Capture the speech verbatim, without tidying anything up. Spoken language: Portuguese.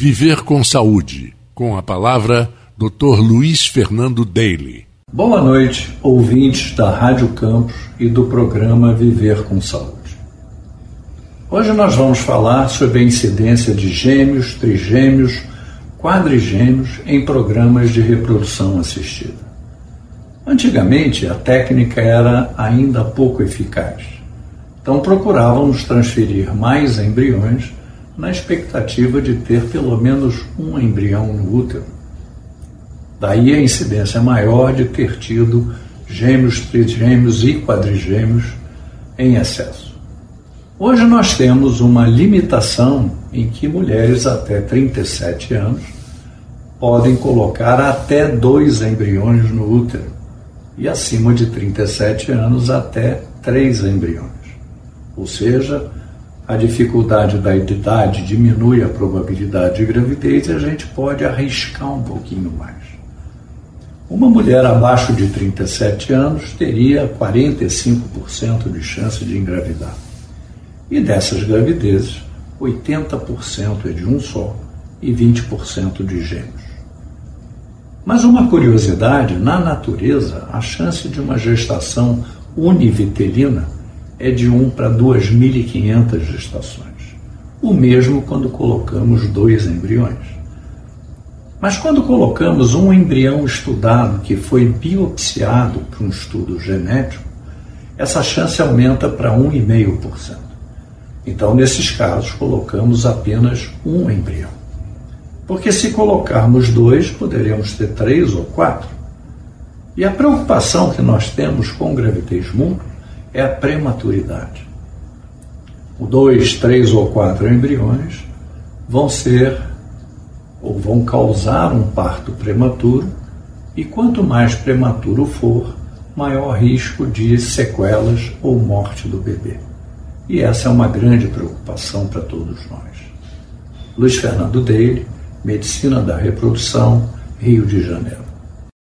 Viver com Saúde, com a palavra doutor Luiz Fernando Daly. Boa noite, ouvintes da Rádio Campos e do programa Viver com Saúde. Hoje nós vamos falar sobre a incidência de gêmeos, trigêmeos, quadrigêmeos em programas de reprodução assistida. Antigamente, a técnica era ainda pouco eficaz, então procurávamos transferir mais embriões na expectativa de ter pelo menos um embrião no útero. Daí a incidência maior de ter tido gêmeos, trigêmeos e quadrigêmeos em excesso. Hoje nós temos uma limitação em que mulheres até trinta e sete anos podem colocar até dois embriões no útero e acima de trinta e sete anos até três embriões. Ou seja, a dificuldade da idade diminui a probabilidade de gravidez e a gente pode arriscar um pouquinho mais. Uma mulher abaixo de trinta e sete anos teria quarenta e cinco por cento de chance de engravidar. E dessas gravidezes, oitenta por cento é de um só e vinte por cento de gêmeos. Mas uma curiosidade, na natureza, a chance de uma gestação univitelina é de um para duas mil e quinhentas gestações. O mesmo quando colocamos dois embriões. Mas quando colocamos um embrião estudado que foi biopsiado para um estudo genético, essa chance aumenta para um vírgula cinco por cento. Então, nesses casos, colocamos apenas um embrião. Porque se colocarmos dois, poderemos ter três ou quatro. E a preocupação que nós temos com gravidez múltipla é a prematuridade. O dois, três ou quatro embriões vão ser ou vão causar um parto prematuro, e quanto mais prematuro for, maior risco de sequelas ou morte do bebê. E essa é uma grande preocupação para todos nós. Luiz Fernando Daly, Medicina da Reprodução, Rio de Janeiro.